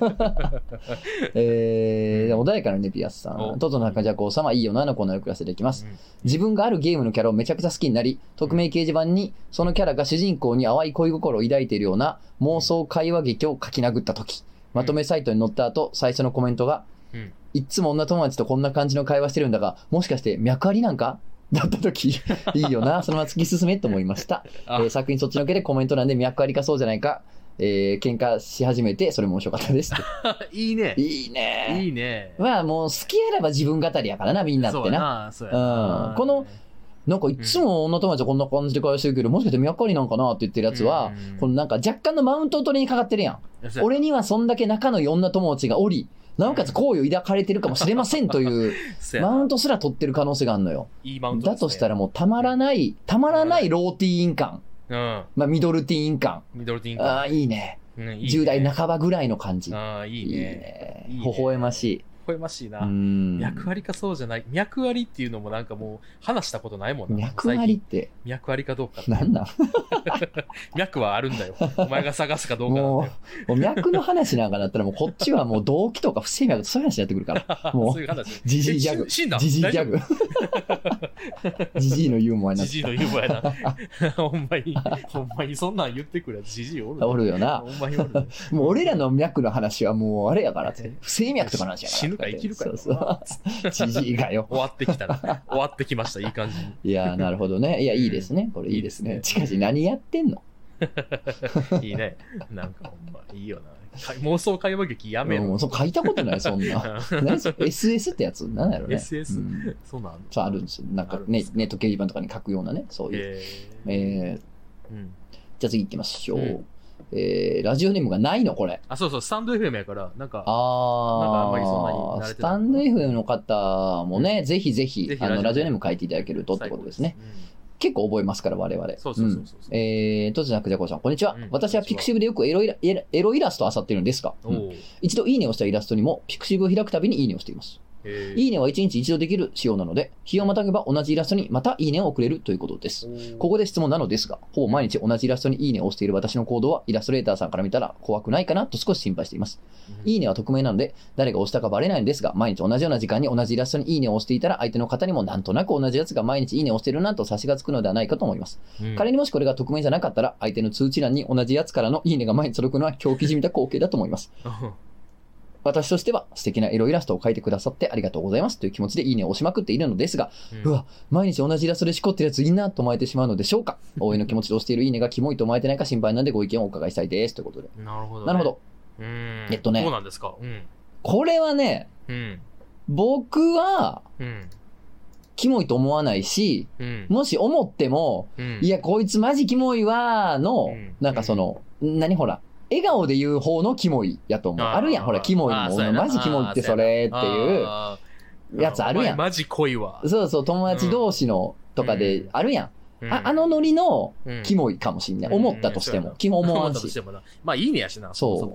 [SPEAKER 1] 穏やかなね、ピアスさん。トトの中じゃこう様いいよなのコーナーをクラスできます。自分があるゲームのキャラをめちゃくちゃ好きになり、匿名掲示板にそのキャラが主人公に淡い恋心を抱いているような妄想会話劇を書き殴った時、まとめサイトに載った後、最初のコメントが、いっつも女友達とこんな感じの会話してるんだが、もしかして脈ありなんかだった時、いいよな、そのまま突き進めと思いました。作品そっちのけでコメント欄で脈ありかそうじゃないか、喧嘩し始めて、それも面白かったです。
[SPEAKER 2] いいね。
[SPEAKER 1] いいね。
[SPEAKER 2] いいね。
[SPEAKER 1] まあもう好きやれば自分語りやからな、みんなってな。
[SPEAKER 2] そうやな。
[SPEAKER 1] この、なんかいつも女友達はこんな感じで会話してるけど、もしかして脈ありなんかなって言ってるやつは、このなんか若干のマウントを取りにかかってるやん。俺にはそんだけ仲のいい女友達がおり、なおかつ好意を抱かれてるかもしれませんというマウントすら取ってる可能性があるのよ。
[SPEAKER 2] いいマウントですね。
[SPEAKER 1] だとしたらもうたまらないローティーン感。まあミドルティーン感。ああ、いいね。10代半ばぐらいの感じ。
[SPEAKER 2] ああ、いいね。
[SPEAKER 1] 微笑ましい。
[SPEAKER 2] 微笑ましいな。脈ありかそうじゃない。脈ありっていうのもなんかもう話したことないもんな。
[SPEAKER 1] 脈ありって
[SPEAKER 2] 脈ありかどうか。
[SPEAKER 1] なんなん
[SPEAKER 2] 脈はあるんだよ。お前が探すかどうかなんだよ。
[SPEAKER 1] もう脈の話なんかだったらもうこっちはもう動機とか不整脈とそういう話になってくるから。もう
[SPEAKER 2] そういう話。
[SPEAKER 1] ジジイギャグ。
[SPEAKER 2] 死んだ。
[SPEAKER 1] ジジイギャグ。ジジイのユーモアになって。
[SPEAKER 2] ジジイのユーモアやな。ほんまにそんなん言ってくるやつジジイおる。
[SPEAKER 1] おるよな。
[SPEAKER 2] ほんまにおる。
[SPEAKER 1] もう俺らの脈の話はもうあれやからって。不整脈とかの話やから。
[SPEAKER 2] 死ぬか生きるかよ。
[SPEAKER 1] ジジイがよ。
[SPEAKER 2] 終わってきたら。終わってきました。いい感じに。
[SPEAKER 1] いや、なるほどね。いや、いいですね。これいいですね。しかし何やってんの
[SPEAKER 2] いいね。なんかほんま、いいよな。妄想会話劇やめろ。
[SPEAKER 1] そう書いたことないそんな。SS ってやつなんやろね。
[SPEAKER 2] SS、そうなん
[SPEAKER 1] そうあるんですよ。なんかネット掲示板とかに書くようなね、そういう。じゃあ次行きましょう。ラジオネームがないのこれ。
[SPEAKER 2] そう、スタンド FM やから、なんか
[SPEAKER 1] あ
[SPEAKER 2] んまりそんなに慣れてない。
[SPEAKER 1] スタンド FM の方もね、ぜひラジオネーム書いていただけるとってことですね。結構覚えますから、我々。
[SPEAKER 2] そう。
[SPEAKER 1] とつなくじゃこさん、こんにちは。私はピクシブでよくエロイラストを漁っているんですが、一度いいねをしたイラストにも、ピクシブを開くたびにいいねをしています。いいねは1日1度できる仕様なので、日をまたげば同じイラストにまたいいねを送れるということです。ここで質問なのですが、ほぼ毎日同じイラストにいいねを押している私の行動はイラストレーターさんから見たら怖くないかなと少し心配しています。いいねは匿名なので、誰が押したかバレないんですが、毎日同じような時間に同じイラストにいいねを押していたら、相手の方にもなんとなく同じやつが毎日いいねを押してるなと察しがつくのではないかと思います。仮にもしこれが匿名じゃなかったら、相手の通知欄に同じやつからのいいねが毎日届くのは狂気じみた光景だと思います。私としては素敵なエロイラストを描いてくださってありがとうございますという気持ちでいいねを押しまくっているのですが、うわ、毎日同じイラストでしこってるやついいなと思えてしまうのでしょうか。応援の気持ちで押しているいいねがキモいと思えてないか心配なんでご意見をお伺いしたいですということで。
[SPEAKER 2] なるほど、
[SPEAKER 1] なるほど。
[SPEAKER 2] どうなんですか。
[SPEAKER 1] これはね、僕は、キモいと思わないし、もし思っても、いや、こいつマジキモいわーの、なんかその、ほら、笑顔で言う方のキモいやと思う。あるやん、ほら、キモいの。マジキモいってそれっていうやつあるやん。
[SPEAKER 2] マジ濃いわ。
[SPEAKER 1] そう、友達同士のとかであるやん。 あのノリのキモいかもしんない。思ったとしても。基本思わんし。
[SPEAKER 2] まあいいねやしな。
[SPEAKER 1] そう。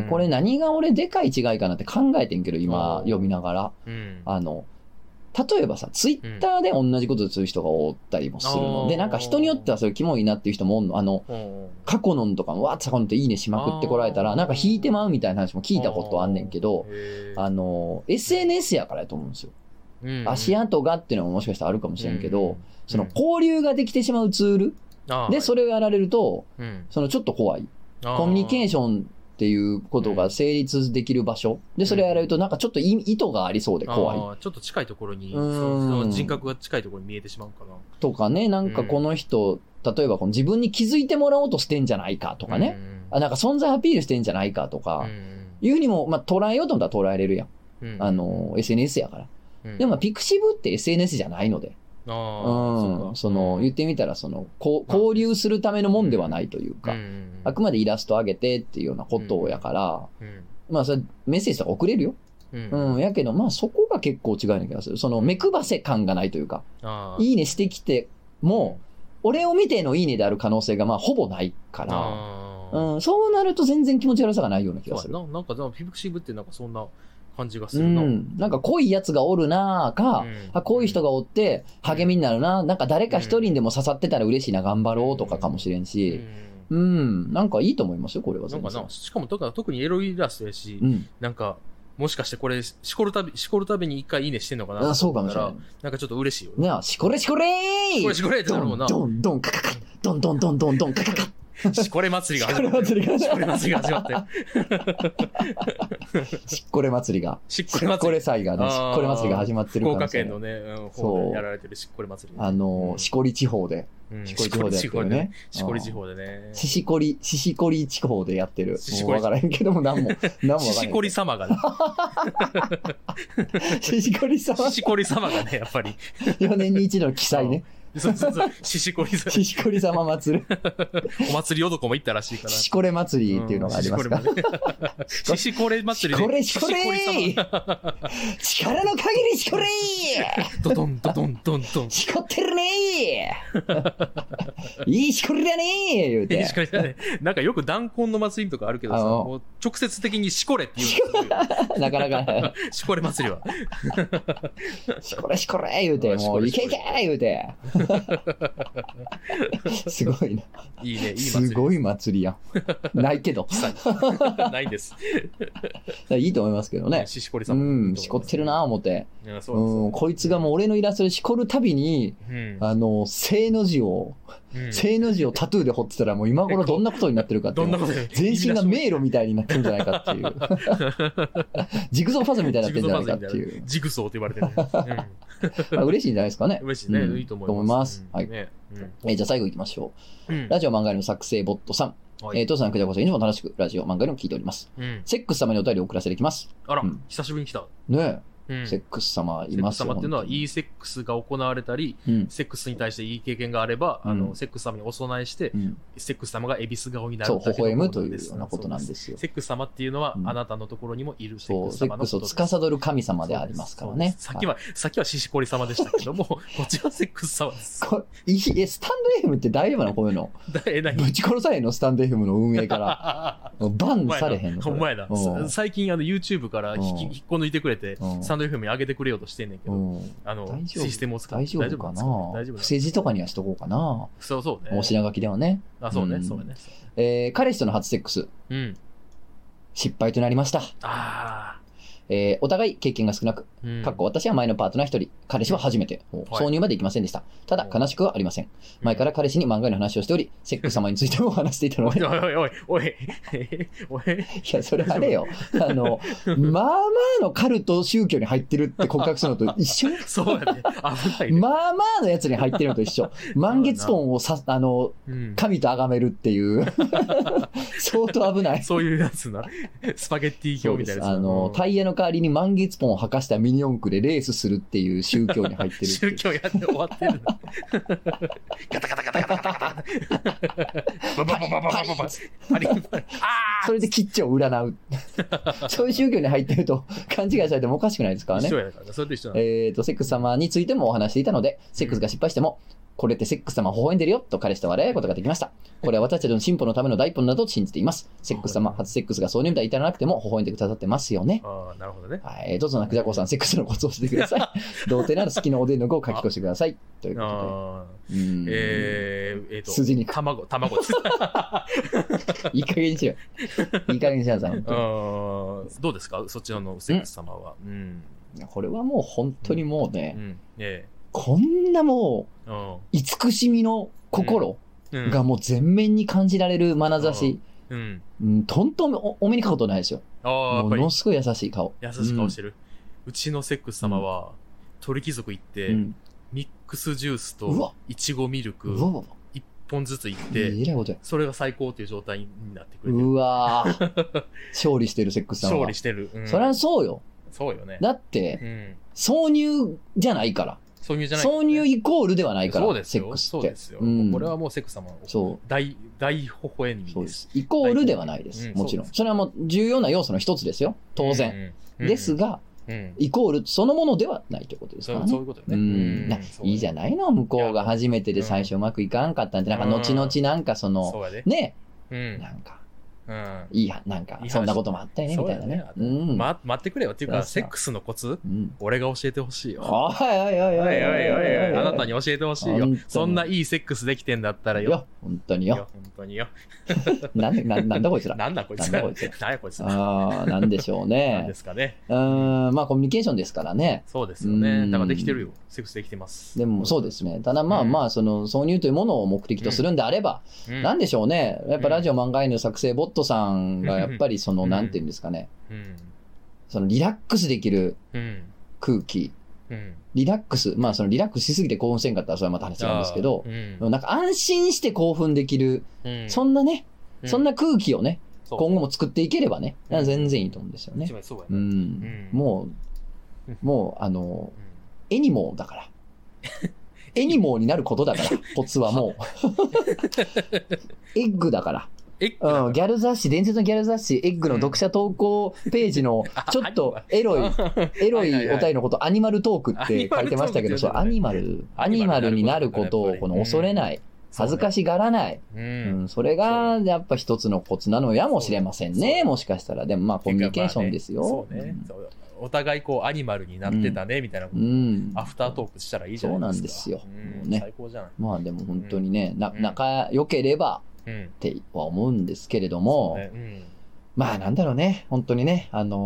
[SPEAKER 1] これ何が俺でかい違いかなって考えてんけど、今読みながら。例えばさ、ツイッターで同じことする人がおったりもするので、なんか人によってはそれキモいなっていう人もおんの。過去のんとかもわーってさこのっていいねしまくってこられたら、なんか引いてまうみたいな話も聞いたことあんねんけど、SNS やからやと思うんですよ。足跡がっていうのももしかしたらあるかもしれんけど、その交流ができてしまうツールでそれをやられると、そのちょっと怖い。コミュニケーションっていうことが成立できる場所でそれをやられるとなんかちょっと意図がありそうで怖い。
[SPEAKER 2] ちょっと近いところに、その人格が近いところに見えてしまうかな。
[SPEAKER 1] とかね、なんかこの人、例えばこの自分に気づいてもらおうとしてんじゃないかとかね、なんか存在アピールしてんじゃないかとか、いうふうにも、まあ捉えようと思ったら捉えれるやん。SNS やから。でもピクシブって SNS じゃないので。言ってみたら交流するためのもんではないというか、あくまでイラスト上げてっていうようなことやから、まあそれメッセージとか送れるよ。やけどまあそこが結構違うような気がする。その目配せ感がないというか、いいねしてきても俺を見てのいいねである可能性がまあほぼないから、そうなると全然気持ち悪さがないような気がする。
[SPEAKER 2] なんかピクシブってなんかそんな感じがするな。
[SPEAKER 1] なんか濃いやつがおるなーか、こういう人がおって励みになるな、なんか誰か一人でも刺さってたら嬉しいな、頑張ろうとかかもしれんし、なんかいいと思いますよ、これは。
[SPEAKER 2] なんかな、しかも特にエロイラストやし、なんか、もしかしてこれ、しこるたびに一回いいねしてんのかな。
[SPEAKER 1] そうかもしれない。
[SPEAKER 2] なんかちょっと嬉しいよね。
[SPEAKER 1] ねあ、しこれしこれー
[SPEAKER 2] しこれしこれってなるもんな。
[SPEAKER 1] ドンドンカカカドンドンドンドンドンカカカ
[SPEAKER 2] しこれ祭りが始まって。しこれ祭りが始まって。
[SPEAKER 1] しっこれ祭りが。しっこれ祭がね、しっこれ祭りが始まってる
[SPEAKER 2] 福岡県のね、方でやられてるしっこれ祭
[SPEAKER 1] り。しこり地方で。しこり地方でやってるね。
[SPEAKER 2] しこり地方でね。
[SPEAKER 1] ししこり地方でやってる。もうわからへんけども、なんもわからへん。
[SPEAKER 2] ししこり様がね。
[SPEAKER 1] ししこり様。
[SPEAKER 2] ししこり様がね、やっぱり。
[SPEAKER 1] 4年に一度の記載ね。
[SPEAKER 2] そう。ししこり様。
[SPEAKER 1] ししこり様祭る。
[SPEAKER 2] お祭り男も行ったらしいから。
[SPEAKER 1] しこれ祭りっていうのがありますか。
[SPEAKER 2] ししこれ祭り
[SPEAKER 1] で。しこれ力の限りしこれ
[SPEAKER 2] ドドンドドンドンドン。
[SPEAKER 1] しこってるねいいしこりだね言うて。
[SPEAKER 2] いいしこりだね。なんかよく弾痕の祭りとかあるけどさ、もう直接的にしこれって言うんですよ。
[SPEAKER 1] なかなか。
[SPEAKER 2] しこれ祭りは。
[SPEAKER 1] しこれ言うて、もういけいけ言うて。すごいな。
[SPEAKER 2] いいね、いい祭り。
[SPEAKER 1] すごい祭りやん。ないけど。
[SPEAKER 2] ないです。
[SPEAKER 1] いいと思いますけどね。
[SPEAKER 2] しこりさん。
[SPEAKER 1] しこってるな思って。こいつがもう俺のイラストでしこるたびに、正の字をタトゥーで彫ってたらもう今頃どんなことになってるかっていう。全身が迷路みたいになってるんじゃないかっていう。ジグソーパズルみたいになってるんじゃないかっていう。
[SPEAKER 2] ジグソーって言われてる。
[SPEAKER 1] 嬉しいんじゃないですかね。
[SPEAKER 2] 嬉しいね。いいと思います。
[SPEAKER 1] はい。じゃあ最後行きましょう。ラジオ漫画の作成ボットさん。父さん、くじゃこそいつも楽しくラジオ漫画でも聞いております。セックス様にお便りを送らせてきます。
[SPEAKER 2] あら、久しぶりに来た。
[SPEAKER 1] ねえ。セックス様いますよ。
[SPEAKER 2] セックス様っていうのは、いいセックスが行われたり、セックスに対していい経験があれば、セックス様にお供えして、セックス様が恵比寿顔になる。
[SPEAKER 1] そう、微笑むというようなことなんですよ。
[SPEAKER 2] セックス様っていうのは、あなたのところにもいるセックス
[SPEAKER 1] 様のことです。セックスを司る神様でありますからね。
[SPEAKER 2] さっきはシシコリ様でしたけども、こっちはセックス様です。
[SPEAKER 1] スタンド FM って大丈夫なのこういうの。ぶち殺されんのスタンド FM の運営から。バンされへんの。
[SPEAKER 2] ほんまやな。最近YouTube から引っこ抜いてくれて、スタンド FM に上げてくれようとしてんねんけど、システムを使って
[SPEAKER 1] 大丈夫かな。不正字とかにはしとこうかな。
[SPEAKER 2] そうね。
[SPEAKER 1] お品書きではね。
[SPEAKER 2] そうね。
[SPEAKER 1] 彼氏との初セックス。失敗となりました。お互い経験が少なく、私は前のパートナー1人、彼氏は初めて、挿入まで行きませんでした。ただ、悲しくはありません。前から彼氏に漫画の話をしており、セックス様についても話していたので。
[SPEAKER 2] おい。い
[SPEAKER 1] や、それあれよ。まあまあのカルト宗教に入ってるって告白するのと一緒。
[SPEAKER 2] そうやね。危ないね。
[SPEAKER 1] まあまあのやつに入ってるのと一緒。満月ポンを神と崇めるっていう。相当危ない。
[SPEAKER 2] そういうやつな。スパゲッティ教みたいな。
[SPEAKER 1] タイヤの代わりに満月ポンを履かしたミニ四駆でレースするっていう宗教に入ってる。
[SPEAKER 2] 宗教やって終わってる。ガタガタガタガタガタガタ。バババババババ。
[SPEAKER 1] それで吉兆を占う。そういう宗教に入ってると勘違いされてもおかしくないですからね。
[SPEAKER 2] 一緒やから、それと一緒な
[SPEAKER 1] セックス様についてもお話していたので、セックスが失敗しても、 これってセックス様微笑んでるよと彼氏と笑えることができました。これは私たちの進歩のための第一歩などと信じています。セックス様、初セックスがそういう意味では至らなくても微笑んでくださってますよね。
[SPEAKER 2] ああ、なるほどね。
[SPEAKER 1] はい。どうぞなくじゃこさん、セックスのコツを教えてください。童貞なら好きなおでんの具を書き越してください。ということで。筋肉。
[SPEAKER 2] 卵です。
[SPEAKER 1] いい加減にしろ。いい加減にしなさい。
[SPEAKER 2] どうですかそちらのセックス様は。
[SPEAKER 1] これはもう本当にもうね、
[SPEAKER 2] ええ、
[SPEAKER 1] こんなもう、慈しみの心がもう全面に感じられる眼差し。とんとんお目にかくことないですよ。ものすごい優しい顔。
[SPEAKER 2] 優しい顔してる。うちのセックス様は、鳥貴族行って、ミックスジュースといちごミルク、1本ずついって、それが最高っていう状態になってくれてる。
[SPEAKER 1] うわー。勝利してるセックス様は。
[SPEAKER 2] 勝利してる。
[SPEAKER 1] そりゃそうよ。
[SPEAKER 2] そうよね。
[SPEAKER 1] だって、挿入じゃないから。
[SPEAKER 2] 挿入じゃない、
[SPEAKER 1] 挿入イコールではないから、
[SPEAKER 2] そうですよ、
[SPEAKER 1] セックスって。
[SPEAKER 2] そうですよ。これはもうセックス様の大微笑みです。
[SPEAKER 1] そうです。イコールではないです。もちろん。それはもう重要な要素の一つですよ。当然。ですが、イコールそのものではないということですからね。
[SPEAKER 2] そういうことよね。
[SPEAKER 1] いいじゃないの向こうが初めてで最初うまくいかんかったんで、なんか後々なんかその、ね、なんか、いいや、なんか、そんなこともあったよね、みたいなね。
[SPEAKER 2] 待ってくれよ。っていうか、セックスのコツ俺が教えてほしいよ。
[SPEAKER 1] おいおいおいおい。
[SPEAKER 2] あなたに教えてほしいよ。そんないいセックスできてんだったらよ。
[SPEAKER 1] 本当によ。
[SPEAKER 2] 本当によ。
[SPEAKER 1] なんだこいつら。
[SPEAKER 2] なんだこいつら。なんやこいつら。
[SPEAKER 1] ああ、なんでしょうね。
[SPEAKER 2] なんですかね。
[SPEAKER 1] まあコミュニケーションですからね。
[SPEAKER 2] そうですよね。だからできてるよ。セックスできてます。
[SPEAKER 1] でもそうですね。ただまあ、その挿入というものを目的とするんであれば、なんでしょうね。やっぱラジオ漫画への作成ボットさんがやっぱりその、なんていうんですかね。そのリラックスできる空気。リラックス。まあそのリラックスしすぎて興奮せんかったらそれはまた話違うんですけど、なんか安心して興奮できる、そんなね、そんな空気をね、今後も作っていければね、全然いいと思うんですよね。もう、エニモーだから。エニモーになることだから、コツはもう。エッグだから。ギャル雑誌、伝説のギャル雑誌、エッグの読者投稿ページの、ちょっとエロいお便りのこと、アニマルトークって書いてましたけど、そう、アニマルになることを恐れない。恥ずかしがらない。それが、やっぱ一つのコツなのやもしれませんね。もしかしたら。でもまあ、コミュニケーションですよ。
[SPEAKER 2] そうね。お互いこうアニマルになってたねみたいなことアフタートークしたらいいじゃないですか。
[SPEAKER 1] そうなんですよ。
[SPEAKER 2] 最高じゃない。
[SPEAKER 1] まあでも本当にね、仲良ければっては思うんですけれども、まあなんだろうね、本当にね、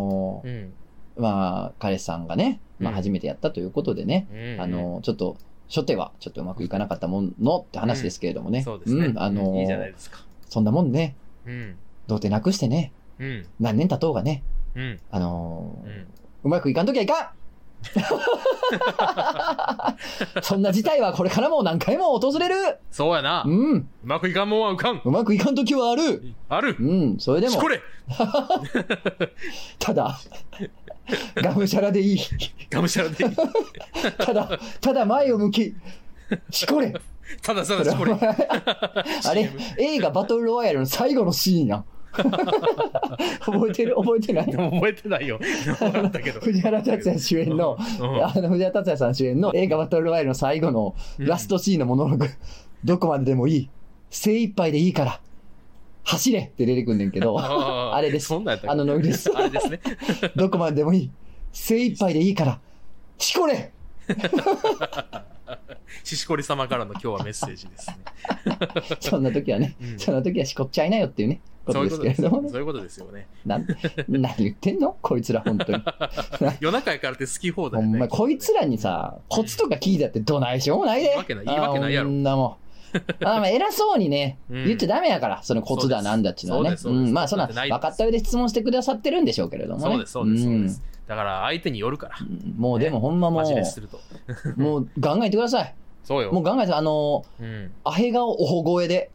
[SPEAKER 1] まあ彼氏さんがね、まあ初めてやったということでね、ちょっと初手はちょっとうまくいかなかったものって話ですけれどもね。
[SPEAKER 2] そうですね。いいじゃないですか。
[SPEAKER 1] そんなもんね、童貞なくしてね、何年経とうがね、うまくいかんときはいかんそんな事態はこれからも何回も訪れる。
[SPEAKER 2] そうやな。うまくいかんもんはうかん。
[SPEAKER 1] うまくいかんときはある。それでも。
[SPEAKER 2] これ
[SPEAKER 1] ただ、がむしゃらでいい。
[SPEAKER 2] がむしゃらでいい。
[SPEAKER 1] ただ前を向き、しこれ。
[SPEAKER 2] ただしこれ。
[SPEAKER 1] あれ、映画バトルロワイヤルの最後のシーンやん。覚えてない
[SPEAKER 2] 覚えてないよ。
[SPEAKER 1] 藤原竜也主演の、藤原竜也さん主演の映画バトルロワイヤルの最後のラストシーンのモノログ、どこまででもいい。精一杯でいいから。走れって出てくんねんけど、あれです。ノリです。
[SPEAKER 2] あれですね。
[SPEAKER 1] どこまででもいい。精一杯でいいから。しこれ
[SPEAKER 2] ししこり様からの今日はメッセージですね。
[SPEAKER 1] そんな時はね、しこっちゃいなよっていうね。ことですけれどもね。
[SPEAKER 2] そういうことですよね。
[SPEAKER 1] 何言ってんのこいつら本当に。
[SPEAKER 2] 夜中やからって好き放題
[SPEAKER 1] ね。お前こいつらにさ、コツとか聞いたってどないしようもないで。
[SPEAKER 2] いいわけないやろ。
[SPEAKER 1] そんなもん。偉そうにね、言っちゃダメやから、そのコツだなんだっちゅうのはね。まあそんな分かった上で質問してくださってるんでしょうけれどもね。
[SPEAKER 2] そうです。だから相手によるから。
[SPEAKER 1] もうでもほんまもう、もうガンガン言ってください。
[SPEAKER 2] そうよ。
[SPEAKER 1] もうガンガンアヘ顔おほ声で。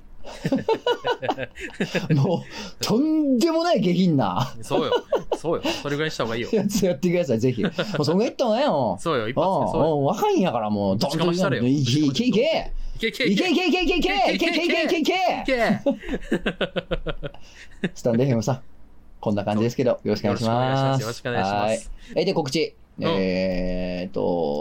[SPEAKER 1] もうとんでもない下品な。
[SPEAKER 2] そうよ。それぐらいした方がいいよ。
[SPEAKER 1] やってください、ぜひ。もうそんぐらい言った方がいいよ。
[SPEAKER 2] そうよ、一発で。
[SPEAKER 1] もう若いんやから、もう。
[SPEAKER 2] どっちかもしたらよ。
[SPEAKER 1] いけスタンドFMさん、こんな感じですけど、よろしくお願いします。
[SPEAKER 2] よろしくお願いします。
[SPEAKER 1] で、告知。4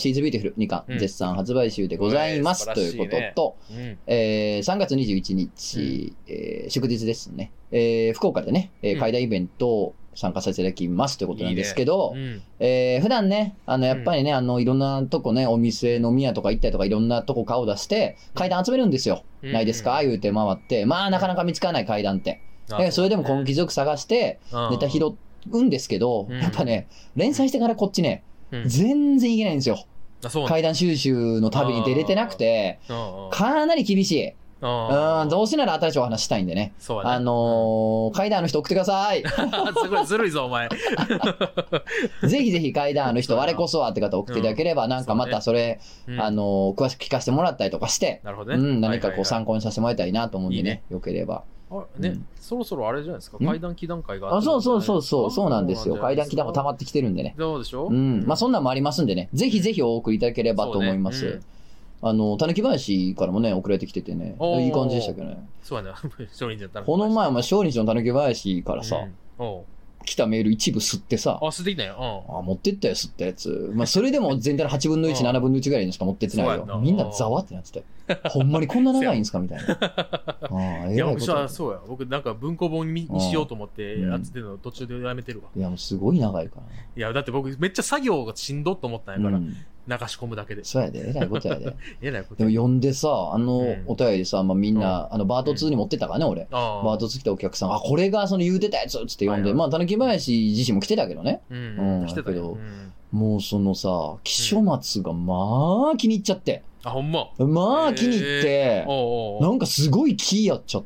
[SPEAKER 1] シーズビューティフル2巻、絶賛発売中でございます。ということと、3月21日、祝日ですね。福岡でね、会談イベントを参加させていただきますということなんですけど、普段ね、やっぱりね、いろんなとこね、お店、飲み屋とか行ったりとか、いろんなとこ顔出して、階段集めるんですよ。ないですか言うて回って。まあ、なかなか見つからない階段って。それでも根気強く探して、ネタ拾うんですけど、やっぱね、連載してからこっちね、全然いけないんですよ。階段収集の旅に出れてなくて、かなり厳しい。どうせなら新しいお話したいんでね。階段の人送ってください。
[SPEAKER 2] すごいずるいぞ、お前。
[SPEAKER 1] ぜひぜひ階段の人、我こそはって方送っていただければ、なんかまたそれ、詳しく聞かせてもらったりとかして、何かこう参考にさせてもらいたいなと思うんでね、よければ。
[SPEAKER 2] そろそろあれじゃないですか、階段祈願会があって。
[SPEAKER 1] そうなんですよ。階段祈願も溜まってきてるんでね。
[SPEAKER 2] そうでしょ？
[SPEAKER 1] まあそんなんもありますんでね、ぜひぜひお送りいただければと思います。たぬき林からもね、送られてきててね、いい感じでしたけどね。
[SPEAKER 2] そうやな、少林寺のたぬき林。
[SPEAKER 1] この前、お前、少林寺のたぬき林からさ、来たメール一部吸ってさ、
[SPEAKER 2] 吸ってきたよ。
[SPEAKER 1] 持ってったよ、吸ったやつ。まあ、それでも全体の8分の1、7分の1ぐらいにしか持ってってないよ。みんなざわってなってたよ。ほんまにこんな長いんすかみたいな。
[SPEAKER 2] いや、そうや。僕なんか文庫本にしようと思ってやってるの途中でやめてるわ。
[SPEAKER 1] いや、もうすごい長いから。
[SPEAKER 2] いや、だって僕めっちゃ作業がしんどっと思ったんやから。流し込むだけで。
[SPEAKER 1] そうやで、えらいことやで。
[SPEAKER 2] えらいこと。
[SPEAKER 1] でも読んでさ、お便りさ、まあ、みんな、バート2に持ってたからね、俺。バート2来たお客さん、これがその言うてたやつつって読んで、まあ、たぬき林自身も来てたけどね。来てたけど、もうそのさ、起書松がまあ気に入っちゃって。
[SPEAKER 2] ほんま。
[SPEAKER 1] まあ気に入って、なんかすごい気やっちゃって。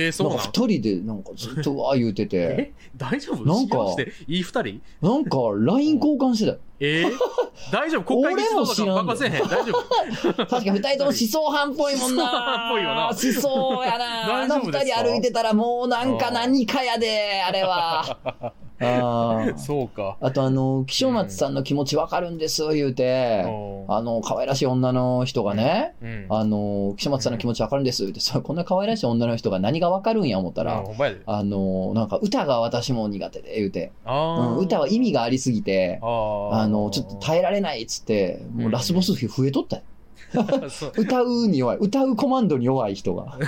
[SPEAKER 2] そうなん？
[SPEAKER 1] なんか二人でなんかずっとわー言うてて。
[SPEAKER 2] 大丈夫？
[SPEAKER 1] なんか、
[SPEAKER 2] いい二人？
[SPEAKER 1] なんか LINE 交換してた。
[SPEAKER 2] 大丈夫？国会議事堂とかバカせへん。大丈夫？
[SPEAKER 1] 確かに二人とも思想犯っぽいもんな。
[SPEAKER 2] 思想犯っぽいよな。
[SPEAKER 1] 思想やな。二人歩いてたらもうなんか何かやで、あれは。
[SPEAKER 2] そうか。
[SPEAKER 1] あと起書松さんの気持ちわかるんです言うて、可愛らしい女の人がね、起書松さんの気持ちわかるんですってさ、こんな可愛らしい女の人が何がわかるんや思ったら、なんか歌が私も苦手で言うて、歌は意味がありすぎて、ちょっと耐えられないっつって、もうラスボス増えとったよ。歌うに弱い。歌うコマンドに弱い人が。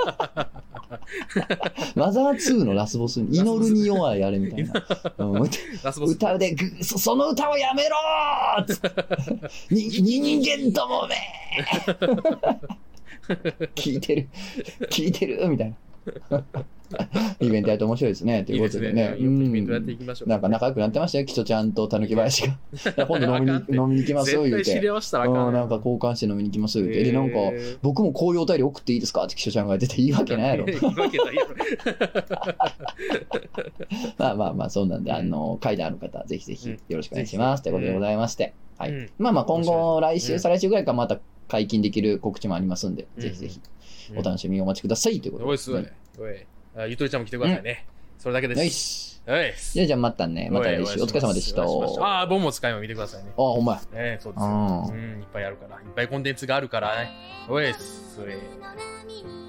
[SPEAKER 1] マザー2のラスボスに祈るに弱いあれみたいな。歌うで、その歌をやめろーっつって人間どもめ聞いてるみたいな。イベントやって面白いですね。ということでね。
[SPEAKER 2] イベントやっていきましょう。
[SPEAKER 1] なんか仲良くなってましたよ、キチョちゃんとたぬき林が。今度飲みに行きますよ、言うて。なんか交換して飲みに行きますよ、言うて。で、なんか、僕もこういうお便り送っていいですかってキチョちゃんが言ってて、いいわけないやろ。まあ、そうなんで、会談ある方、ぜひぜひよろしくお願いします。ということでございまして。はい。まあ、今後、来週、再来週ぐらいからまた解禁できる告知もありますんで、ぜひぜひお楽しみにお待ちくださいということで。
[SPEAKER 2] ゆとりちゃんも来てくださいね。それだけです。
[SPEAKER 1] じゃあまたね。また来週。お疲れ様でした。
[SPEAKER 2] 僕も使いも見てくださいね。
[SPEAKER 1] ほんま
[SPEAKER 2] や。そうです。いっぱいあるから。いっぱいコンテンツがあるからね。おいっす。